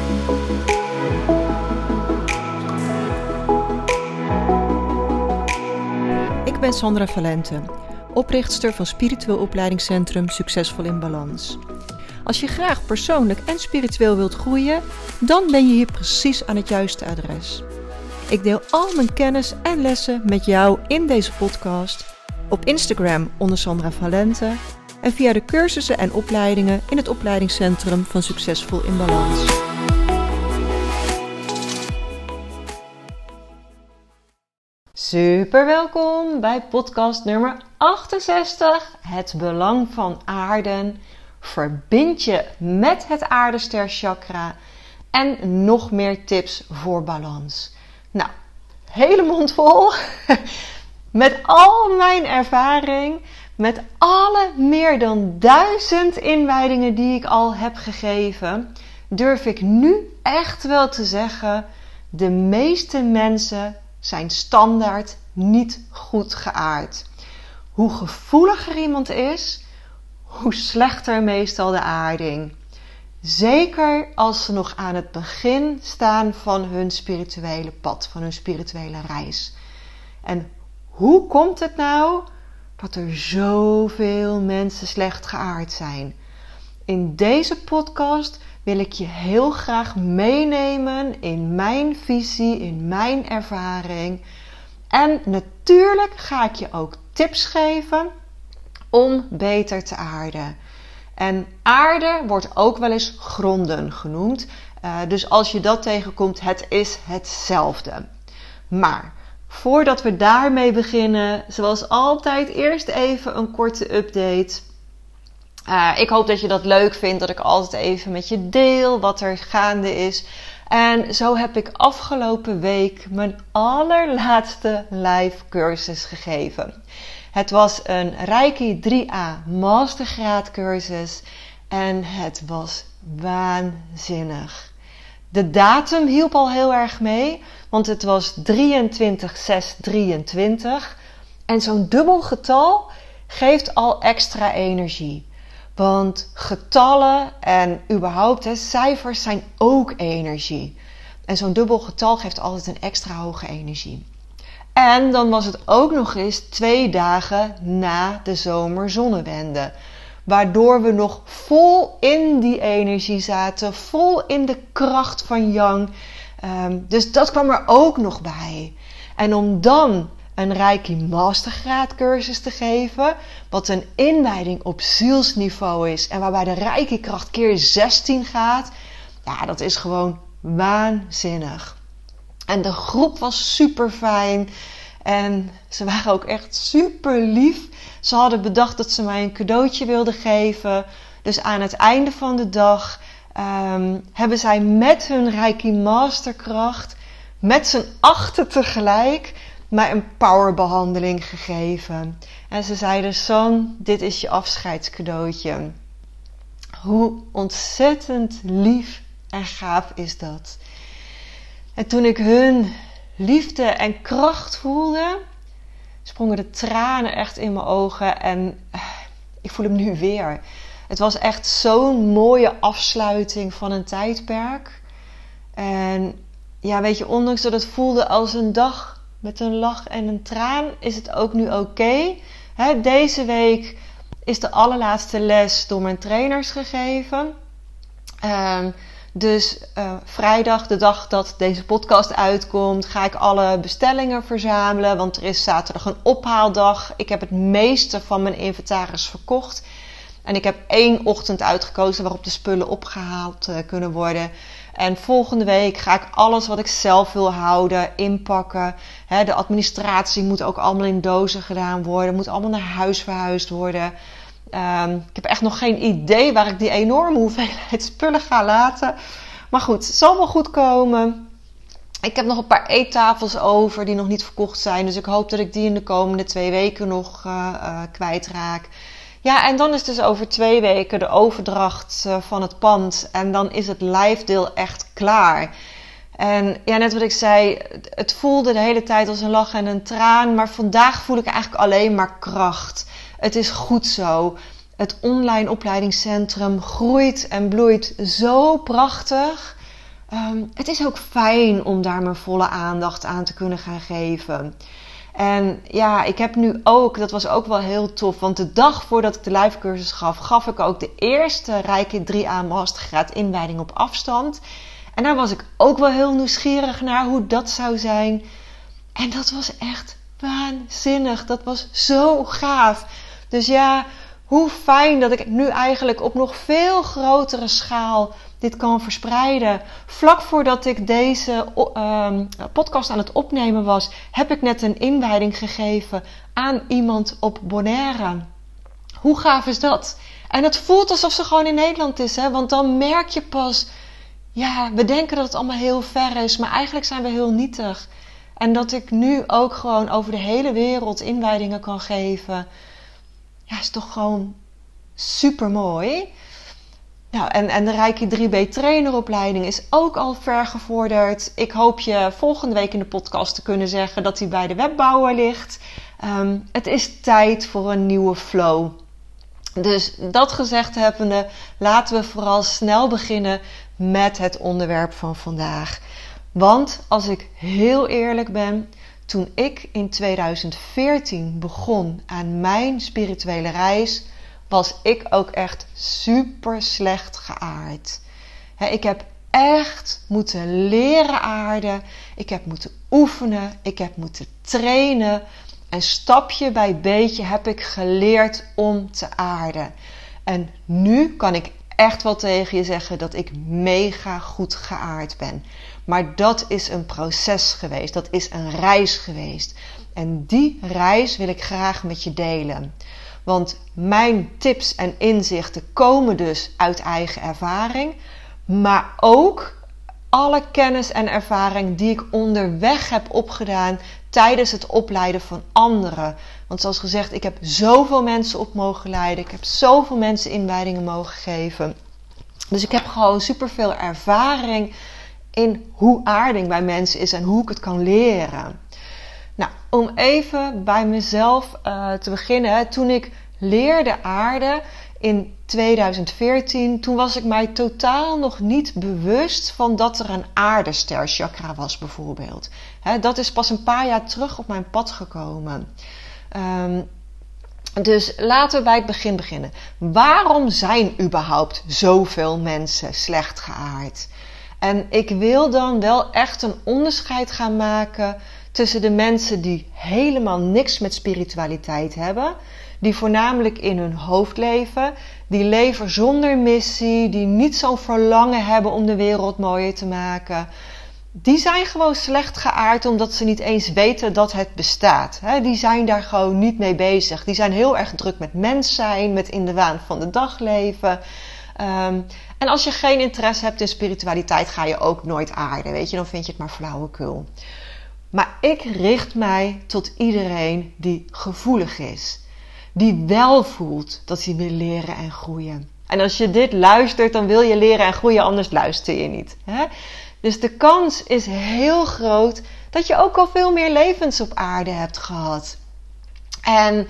Ik ben Sandra Valente, oprichtster van spiritueel opleidingscentrum Succesvol in Balans. Als je graag persoonlijk en spiritueel wilt groeien, dan ben je hier precies aan het juiste adres. Ik deel al mijn kennis en lessen met jou in deze podcast, op Instagram onder Sandra Valente en via de cursussen en opleidingen in het opleidingscentrum van Succesvol in Balans. Super welkom bij podcast nummer 68, het belang van aarden. Verbind je met het aardesterchakra en nog meer tips voor balans. Nou, hele mond vol. Met al mijn ervaring, met alle meer dan 1000 inwijdingen die ik al heb gegeven, durf ik nu echt wel te zeggen, de meeste mensen zijn standaard niet goed geaard. Hoe gevoeliger iemand is, hoe slechter meestal de aarding. Zeker als ze nog aan het begin staan van hun spirituele pad, van hun spirituele reis. En hoe komt het nou dat er zoveel mensen slecht geaard zijn? In deze podcast wil ik je heel graag meenemen in mijn visie, in mijn ervaring. En natuurlijk ga ik je ook tips geven om beter te aarden. En aarde wordt ook wel eens gronden genoemd. Dus als je dat tegenkomt, het is hetzelfde. Maar voordat we daarmee beginnen, zoals altijd, eerst even een korte update. Ik hoop dat je dat leuk vindt, dat ik altijd even met je deel wat er gaande is. En zo heb ik afgelopen week mijn allerlaatste live cursus gegeven. Het was een Reiki 3A mastergraad cursus en het was waanzinnig. De datum hielp al heel erg mee, want het was 23/6/23 en zo'n dubbel getal geeft al extra energie. Want getallen en überhaupt cijfers zijn ook energie. En zo'n dubbel getal geeft altijd een extra hoge energie. En dan was het ook nog eens 2 dagen na de zomerzonnewende. Waardoor we nog vol in die energie zaten. Vol in de kracht van Yang. Dus dat kwam er ook nog bij. En om dan een Reiki Mastergraad cursus te geven. Wat een inwijding op zielsniveau is. En waarbij de Reiki kracht keer 16 gaat. Ja, dat is gewoon waanzinnig. En de groep was super fijn. En ze waren ook echt super lief. Ze hadden bedacht dat ze mij een cadeautje wilden geven. Dus aan het einde van de dag hebben zij met hun Reiki Masterkracht, met z'n 8 tegelijk, mij een powerbehandeling gegeven. En ze zeiden: San, dit is je afscheidscadeautje. Hoe ontzettend lief en gaaf is dat? En toen ik hun liefde en kracht voelde, sprongen de tranen echt in mijn ogen en ik voel hem nu weer. Het was echt zo'n mooie afsluiting van een tijdperk. En ja, weet je, ondanks dat het voelde als een dag met een lach en een traan, is het ook nu oké. Deze week is de allerlaatste les door mijn trainers gegeven. Dus vrijdag, de dag dat deze podcast uitkomt, ga ik alle bestellingen verzamelen. Want er is zaterdag een ophaaldag. Ik heb het meeste van mijn inventaris verkocht. En ik heb 1 ochtend uitgekozen waarop de spullen opgehaald kunnen worden. En volgende week ga ik alles wat ik zelf wil houden inpakken. De administratie moet ook allemaal in dozen gedaan worden. Moet allemaal naar huis verhuisd worden. Ik heb echt nog geen idee waar ik die enorme hoeveelheid spullen ga laten. Maar goed, het zal wel goed komen. Ik heb nog een paar eettafels over die nog niet verkocht zijn. Dus ik hoop dat ik die in de komende 2 weken nog kwijtraak. Ja, en dan is dus over 2 weken de overdracht van het pand. En dan is het live deel echt klaar. En ja, net wat ik zei, het voelde de hele tijd als een lach en een traan. Maar vandaag voel ik eigenlijk alleen maar kracht. Het is goed zo. Het online opleidingscentrum groeit en bloeit zo prachtig. het is ook fijn om daar mijn volle aandacht aan te kunnen gaan geven. En ja, ik heb nu ook, dat was ook wel heel tof, want de dag voordat ik de live cursus gaf ik ook de eerste Reiki 3A Mastergraad inwijding op afstand. En daar was ik ook wel heel nieuwsgierig naar hoe dat zou zijn. En dat was echt waanzinnig. Dat was zo gaaf. Dus ja, hoe fijn dat ik nu eigenlijk op nog veel grotere schaal dit kan verspreiden. Vlak voordat ik deze podcast aan het opnemen was, heb ik net een inwijding gegeven aan iemand op Bonaire. Hoe gaaf is dat? En het voelt alsof ze gewoon in Nederland is, hè? Want dan merk je pas, ja, we denken dat het allemaal heel ver is, maar eigenlijk zijn we heel nietig. En dat ik nu ook gewoon over de hele wereld inwijdingen kan geven, ja, is toch gewoon super mooi. Nou, en de Reiki 3B traineropleiding is ook al ver gevorderd. Ik hoop je volgende week in de podcast te kunnen zeggen dat die bij de webbouwer ligt. Het is tijd voor een nieuwe flow. Dus dat gezegd hebbende, laten we vooral snel beginnen met het onderwerp van vandaag. Want als ik heel eerlijk ben, toen ik in 2014 begon aan mijn spirituele reis, was ik ook echt super slecht geaard. Ik heb echt moeten leren aarden. Ik heb moeten oefenen. Ik heb moeten trainen. En stapje bij beetje heb ik geleerd om te aarden. En nu kan ik echt wel tegen je zeggen dat ik mega goed geaard ben. Maar dat is een proces geweest. Dat is een reis geweest. En die reis wil ik graag met je delen. Want mijn tips en inzichten komen dus uit eigen ervaring. Maar ook alle kennis en ervaring die ik onderweg heb opgedaan tijdens het opleiden van anderen. Want zoals gezegd, ik heb zoveel mensen op mogen leiden. Ik heb zoveel mensen inwijdingen mogen geven. Dus ik heb gewoon superveel ervaring in hoe aarding bij mensen is en hoe ik het kan leren. Nou, om even bij mezelf te beginnen. Toen ik leerde aarden in 2014, toen was ik mij totaal nog niet bewust van dat er een aardesterchakra was bijvoorbeeld. Dat is pas een paar jaar terug op mijn pad gekomen. Dus laten we bij het begin beginnen. Waarom zijn überhaupt zoveel mensen slecht geaard? En ik wil dan wel echt een onderscheid gaan maken tussen de mensen die helemaal niks met spiritualiteit hebben, die voornamelijk in hun hoofd leven, die leven zonder missie, die niet zo'n verlangen hebben om de wereld mooier te maken. Die zijn gewoon slecht geaard omdat ze niet eens weten dat het bestaat. Die zijn daar gewoon niet mee bezig. Die zijn heel erg druk met mens zijn, met in de waan van de dag leven. En als je geen interesse hebt in spiritualiteit, ga je ook nooit aarden. Weet je, dan vind je het maar flauwekul. Maar ik richt mij tot iedereen die gevoelig is. Die wel voelt dat hij wil leren en groeien. En als je dit luistert, dan wil je leren en groeien, anders luister je niet. Dus de kans is heel groot dat je ook al veel meer levens op aarde hebt gehad. En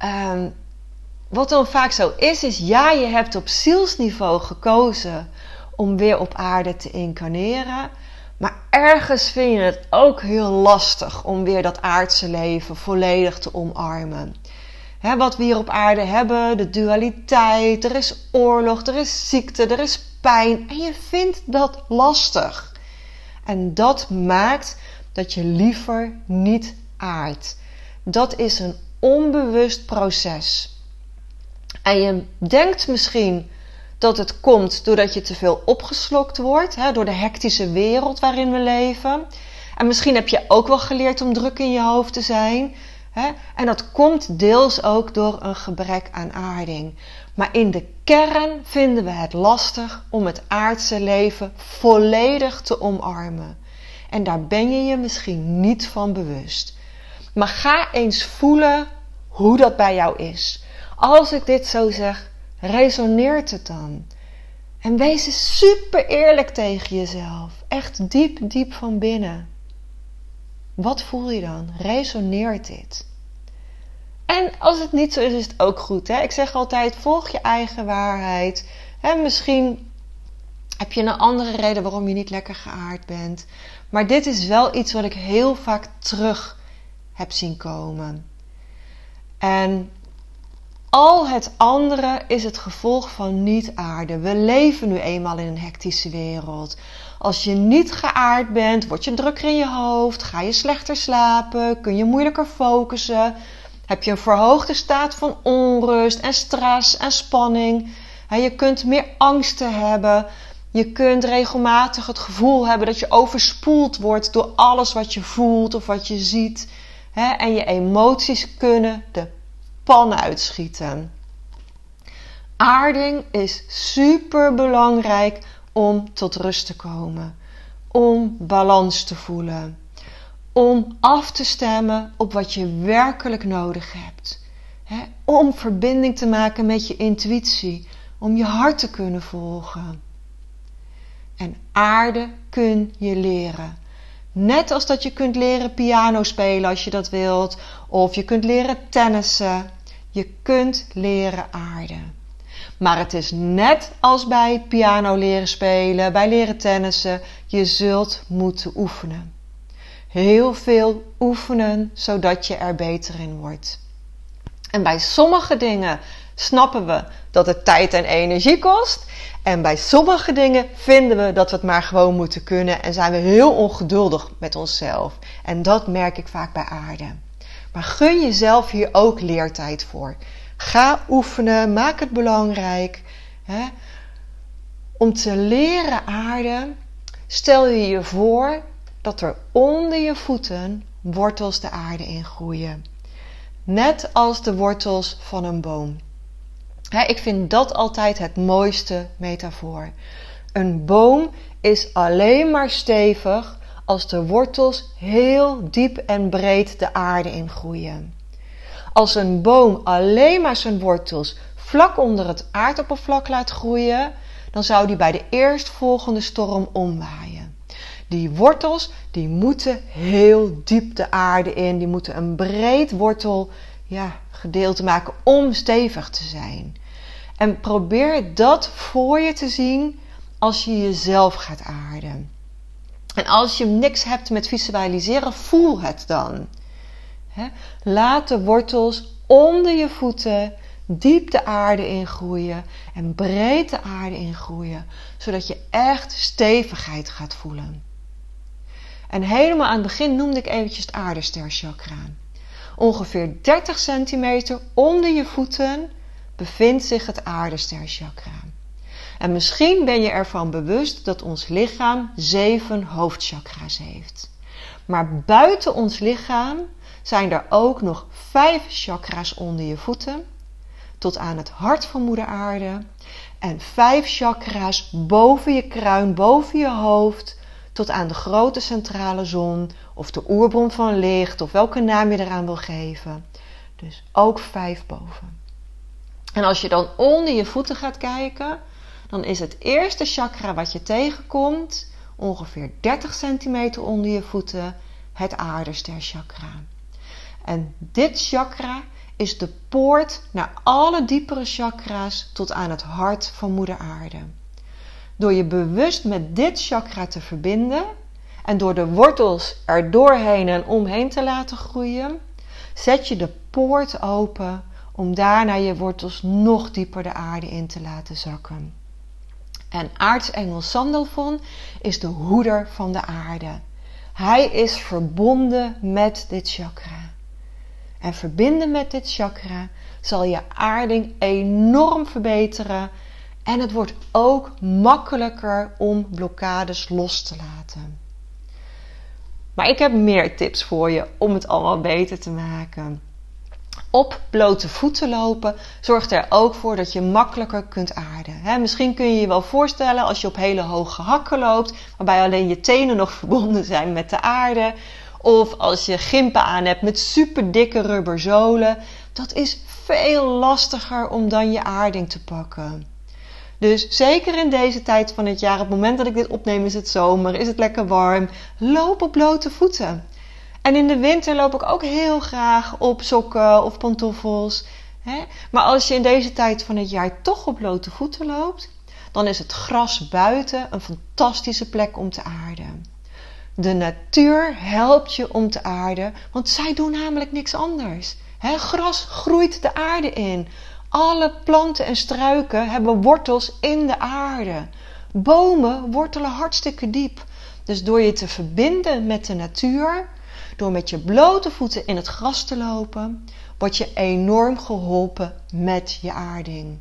wat dan vaak zo is ja, je hebt op zielsniveau gekozen om weer op aarde te incarneren. Maar ergens vind je het ook heel lastig om weer dat aardse leven volledig te omarmen. Wat we hier op aarde hebben, de dualiteit, er is oorlog, er is ziekte, er is pijn. En je vindt dat lastig. En dat maakt dat je liever niet aardt. Dat is een onbewust proces. En je denkt misschien dat het komt doordat je te veel opgeslokt wordt, door de hectische wereld waarin we leven. En misschien heb je ook wel geleerd om druk in je hoofd te zijn. En dat komt deels ook door een gebrek aan aarding. Maar in de kern vinden we het lastig om het aardse leven volledig te omarmen. En daar ben je je misschien niet van bewust. Maar ga eens voelen hoe dat bij jou is. Als ik dit zo zeg, resoneert het dan? En wees eens super eerlijk tegen jezelf. Echt diep, diep van binnen. Wat voel je dan? Resoneert dit? En als het niet zo is, is het ook goed. Ik zeg altijd, volg je eigen waarheid. Misschien Heb je een andere reden waarom je niet lekker geaard bent? Maar dit is wel iets wat ik heel vaak terug heb zien komen. En al het andere is het gevolg van niet aarden. We leven nu eenmaal in een hectische wereld. Als je niet geaard bent, word je drukker in je hoofd, ga je slechter slapen, kun je moeilijker focussen, heb je een verhoogde staat van onrust en stress en spanning. Je kunt meer angsten hebben. Je kunt regelmatig het gevoel hebben dat je overspoeld wordt door alles wat je voelt of wat je ziet. En je emoties kunnen de pan uitschieten. Aarding is super belangrijk om tot rust te komen. Om balans te voelen. Om af te stemmen op wat je werkelijk nodig hebt. Om verbinding te maken met je intuïtie. Om je hart te kunnen volgen. En aarde kun je leren. Net als dat je kunt leren piano spelen als je dat wilt. Of je kunt leren tennissen. Je kunt leren aarden. Maar het is net als bij piano leren spelen, bij leren tennissen. Je zult moeten oefenen. Heel veel oefenen, zodat je er beter in wordt. En bij sommige dingen snappen we dat het tijd en energie kost. En bij sommige dingen vinden we dat we het maar gewoon moeten kunnen. En zijn we heel ongeduldig met onszelf. En dat merk ik vaak bij aarde. Maar gun jezelf hier ook leertijd voor. Ga oefenen, maak het belangrijk. Om te leren aarden, stel je je voor dat er onder je voeten wortels de aarde in groeien. Net als de wortels van een boom. Ik vind dat altijd het mooiste metafoor. Een boom is alleen maar stevig als de wortels heel diep en breed de aarde ingroeien. Als een boom alleen maar zijn wortels vlak onder het aardoppervlak laat groeien, dan zou die bij de eerstvolgende storm omwaaien. Die wortels die moeten heel diep de aarde in, die moeten een breed wortelgedeelte maken om stevig te zijn. En probeer dat voor je te zien als je jezelf gaat aarden. En als je niks hebt met visualiseren, voel het dan. Laat de wortels onder je voeten diep de aarde ingroeien en breed de aarde ingroeien, zodat je echt stevigheid gaat voelen. En helemaal aan het begin noemde ik eventjes het aardesterchakra. Ongeveer 30 centimeter onder je voeten bevindt zich het aardesterchakra. En misschien ben je ervan bewust dat ons lichaam 7 hoofdchakra's heeft. Maar buiten ons lichaam zijn er ook nog 5 chakra's onder je voeten, tot aan het hart van moeder aarde. En 5 chakra's boven je kruin, boven je hoofd, tot aan de grote centrale zon, of de oerbron van licht, of welke naam je eraan wil geven. Dus ook 5 boven. En als je dan onder je voeten gaat kijken, dan is het eerste chakra wat je tegenkomt, ongeveer 30 centimeter onder je voeten, het aardesterchakra. En dit chakra is de poort naar alle diepere chakra's tot aan het hart van moeder aarde. Door je bewust met dit chakra te verbinden en door de wortels er doorheen en omheen te laten groeien, zet je de poort open om daarna je wortels nog dieper de aarde in te laten zakken. En aartsengel Sandalfon is de hoeder van de aarde. Hij is verbonden met dit chakra. En verbinden met dit chakra zal je aarding enorm verbeteren. En het wordt ook makkelijker om blokkades los te laten. Maar ik heb meer tips voor je om het allemaal beter te maken. Op blote voeten lopen zorgt er ook voor dat je makkelijker kunt aarden. Misschien kun je je wel voorstellen als je op hele hoge hakken loopt, waarbij alleen je tenen nog verbonden zijn met de aarde. Of als je gimpen aan hebt met super dikke rubberzolen. Dat is veel lastiger om dan je aarding te pakken. Dus zeker in deze tijd van het jaar, op het moment dat ik dit opneem is het zomer, is het lekker warm. Loop op blote voeten. En in de winter loop ik ook heel graag op sokken of pantoffels. Maar als je in deze tijd van het jaar toch op blote voeten loopt, dan is het gras buiten een fantastische plek om te aarden. De natuur helpt je om te aarden, want zij doen namelijk niks anders. Gras groeit de aarde in. Alle planten en struiken hebben wortels in de aarde. Bomen wortelen hartstikke diep. Dus door je te verbinden met de natuur, door met je blote voeten in het gras te lopen, word je enorm geholpen met je aarding.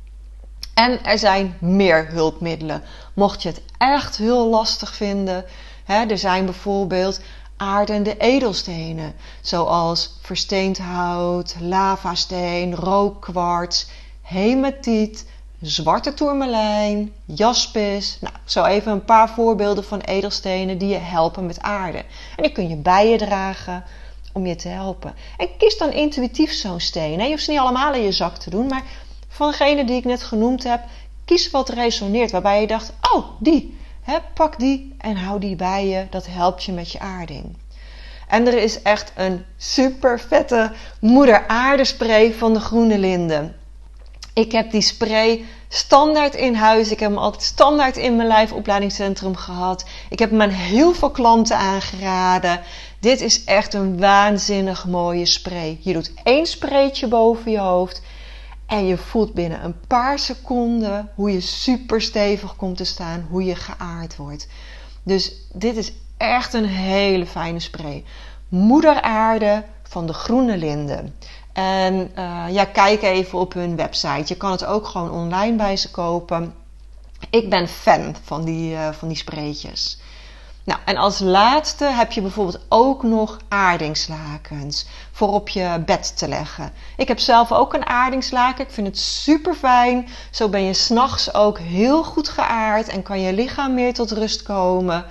En er zijn meer hulpmiddelen. Mocht je het echt heel lastig vinden, er zijn bijvoorbeeld aardende edelstenen, zoals versteend hout, lavasteen, rookkwarts, hematiet, zwarte tourmalijn, jaspis. Nou, zo even een paar voorbeelden van edelstenen die je helpen met aarde. En die kun je bij je dragen om je te helpen. En kies dan intuïtief zo'n steen. Je hoeft ze niet allemaal in je zak te doen, maar van degene die ik net genoemd heb, kies wat resoneert, waarbij je dacht, oh, die. Pak die en hou die bij je. Dat helpt je met je aarding. En er is echt een super vette moeder aardespray van de Groene Linde. Ik heb die spray standaard in huis. Ik heb hem altijd standaard in mijn lijfopleidingscentrum gehad. Ik heb hem aan heel veel klanten aangeraden. Dit is echt een waanzinnig mooie spray. Je doet 1 spraytje boven je hoofd. En je voelt binnen een paar seconden hoe je super stevig komt te staan. Hoe je geaard wordt. Dus dit is echt een hele fijne spray. Moeder Aarde van de Groene Linde. En kijk even op hun website. Je kan het ook gewoon online bij ze kopen. Ik ben fan van die spreetjes. Nou, en als laatste heb je bijvoorbeeld ook nog aardingslakens voor op je bed te leggen. Ik heb zelf ook een aardingslaken. Ik vind het super fijn. Zo ben je 's nachts ook heel goed geaard en kan je lichaam meer tot rust komen.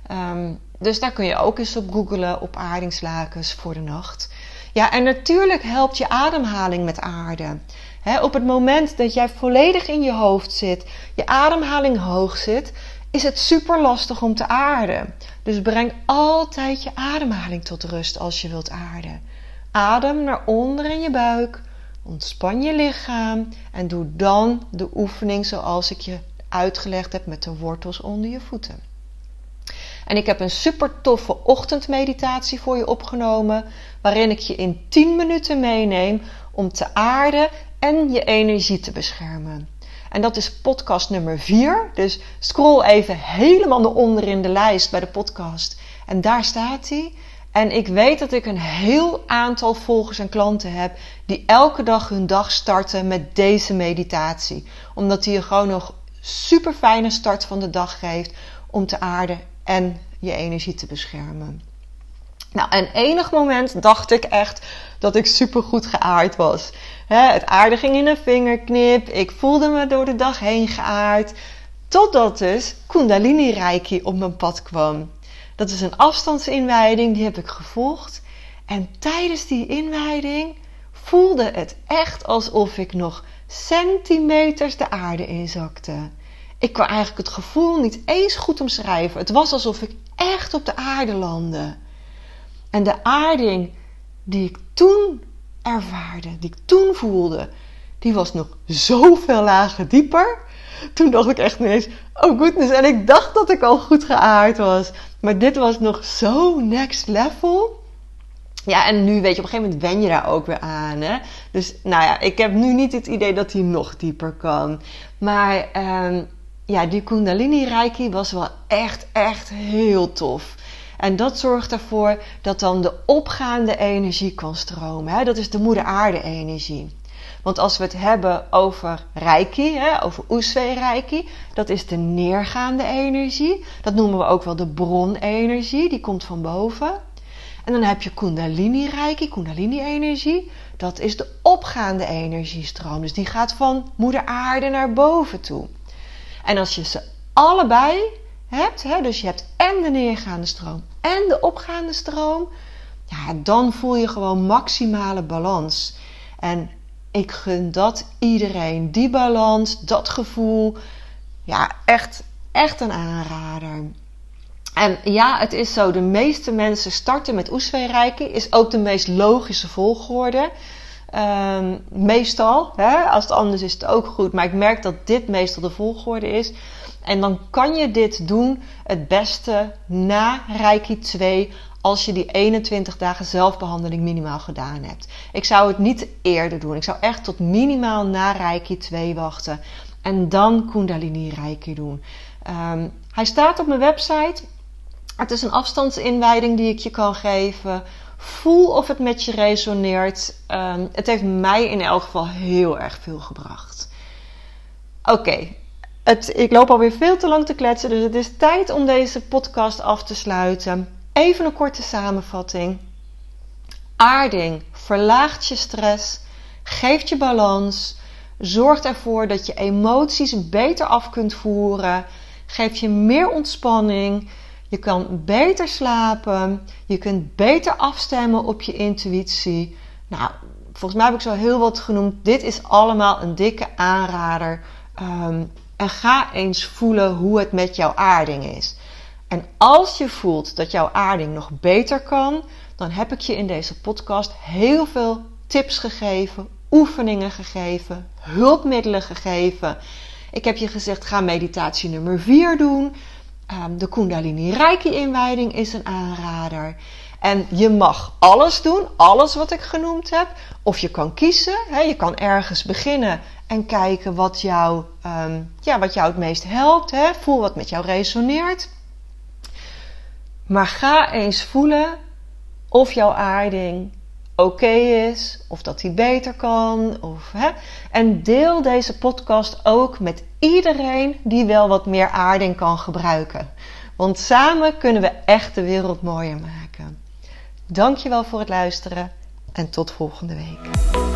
Dus daar kun je ook eens op googlen op aardingslakens voor de nacht. Ja, en natuurlijk helpt je ademhaling met aarde. Op het moment dat jij volledig in je hoofd zit, je ademhaling hoog zit, is het super lastig om te aarden. Dus breng altijd je ademhaling tot rust als je wilt aarden. Adem naar onder in je buik, ontspan je lichaam en doe dan de oefening zoals ik je uitgelegd heb met de wortels onder je voeten. En ik heb een super toffe ochtendmeditatie voor je opgenomen, waarin ik je in 10 minuten meeneem om te aarden en je energie te beschermen. En dat is podcast nummer 4. Dus scroll even helemaal naar onder in de lijst bij de podcast. En daar staat hij. En ik weet dat ik een heel aantal volgers en klanten heb die elke dag hun dag starten met deze meditatie. Omdat die je gewoon nog super fijne start van de dag geeft om te aarden en je energie te beschermen. Nou, en enig moment dacht ik echt dat ik super goed geaard was. Het aarden ging in een vingerknip. Ik voelde me door de dag heen geaard. Totdat dus Kundalini Reiki op mijn pad kwam. Dat is een afstandsinwijding, die heb ik gevolgd. En tijdens die inwijding voelde het echt alsof ik nog centimeters de aarde inzakte. Ik kon eigenlijk het gevoel niet eens goed omschrijven. Het was alsof ik echt op de aarde landde. En de aarding die ik toen ervaarde, die ik toen voelde, die was nog zoveel lagen dieper. Toen dacht ik echt ineens, oh goodness, en ik dacht dat ik al goed geaard was. Maar dit was nog zo next level. Ja, en nu weet je, op een gegeven moment wen je daar ook weer aan. Hè? Dus nou ja, ik heb nu niet het idee dat die nog dieper kan. Maar die Kundalini Reiki was wel echt heel tof. En dat zorgt ervoor dat dan de opgaande energie kan stromen. Hè? Dat is de moeder aarde energie. Want als we het hebben over Reiki, over Usui Reiki, dat is de neergaande energie. Dat noemen we ook wel de bronenergie, die komt van boven. En dan heb je Kundalini Reiki, Kundalini energie. Dat is de opgaande energiestroom. Dus die gaat van moeder aarde naar boven toe. En als je ze allebei hebt, dus je hebt en de neergaande stroom en de opgaande stroom, ja, dan voel je gewoon maximale balans. En ik gun dat iedereen. Die balans, dat gevoel, ja, echt een aanrader. En ja, het is zo, de meeste mensen starten met Usui Reiki, is ook de meest logische volgorde. Meestal, hè? Als het anders is het ook goed. Maar ik merk dat dit meestal de volgorde is. En dan kan je dit doen het beste na Reiki 2... als je die 21 dagen zelfbehandeling minimaal gedaan hebt. Ik zou het niet eerder doen. Ik zou echt tot minimaal na Reiki 2 wachten. En dan Kundalini Reiki doen. Hij staat op mijn website. Het is een afstandsinwijding die ik je kan geven. Voel of het met je resoneert. Het heeft mij in elk geval heel erg veel gebracht. Oké. Ik loop alweer veel te lang te kletsen. Dus het is tijd om deze podcast af te sluiten. Even een korte samenvatting. Aarding verlaagt je stress. Geeft je balans. Zorgt ervoor dat je emoties beter af kunt voeren. Geeft je meer ontspanning. Je kan beter slapen. Je kunt beter afstemmen op je intuïtie. Nou, volgens mij heb ik zo heel wat genoemd. Dit is allemaal een dikke aanrader. En ga eens voelen hoe het met jouw aarding is. En als je voelt dat jouw aarding nog beter kan, dan heb ik je in deze podcast heel veel tips gegeven, oefeningen gegeven, hulpmiddelen gegeven. Ik heb je gezegd, ga meditatie nummer 4 doen. De Kundalini Reiki inwijding is een aanrader. En je mag alles doen, alles wat ik genoemd heb. Of je kan kiezen, je kan ergens beginnen en kijken wat jou het meest helpt. Voel wat met jou resoneert. Maar ga eens voelen of jouw aarding oké is, of dat die beter kan. En deel deze podcast ook met iedereen die wel wat meer aarding kan gebruiken. Want samen kunnen we echt de wereld mooier maken. Dankjewel voor het luisteren en tot volgende week.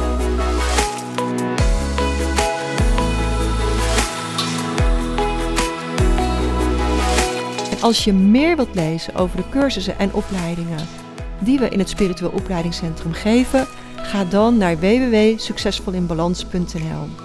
Als je meer wilt lezen over de cursussen en opleidingen die we in het Spiritueel Opleidingscentrum geven, ga dan naar www.succesvolinbalans.nl.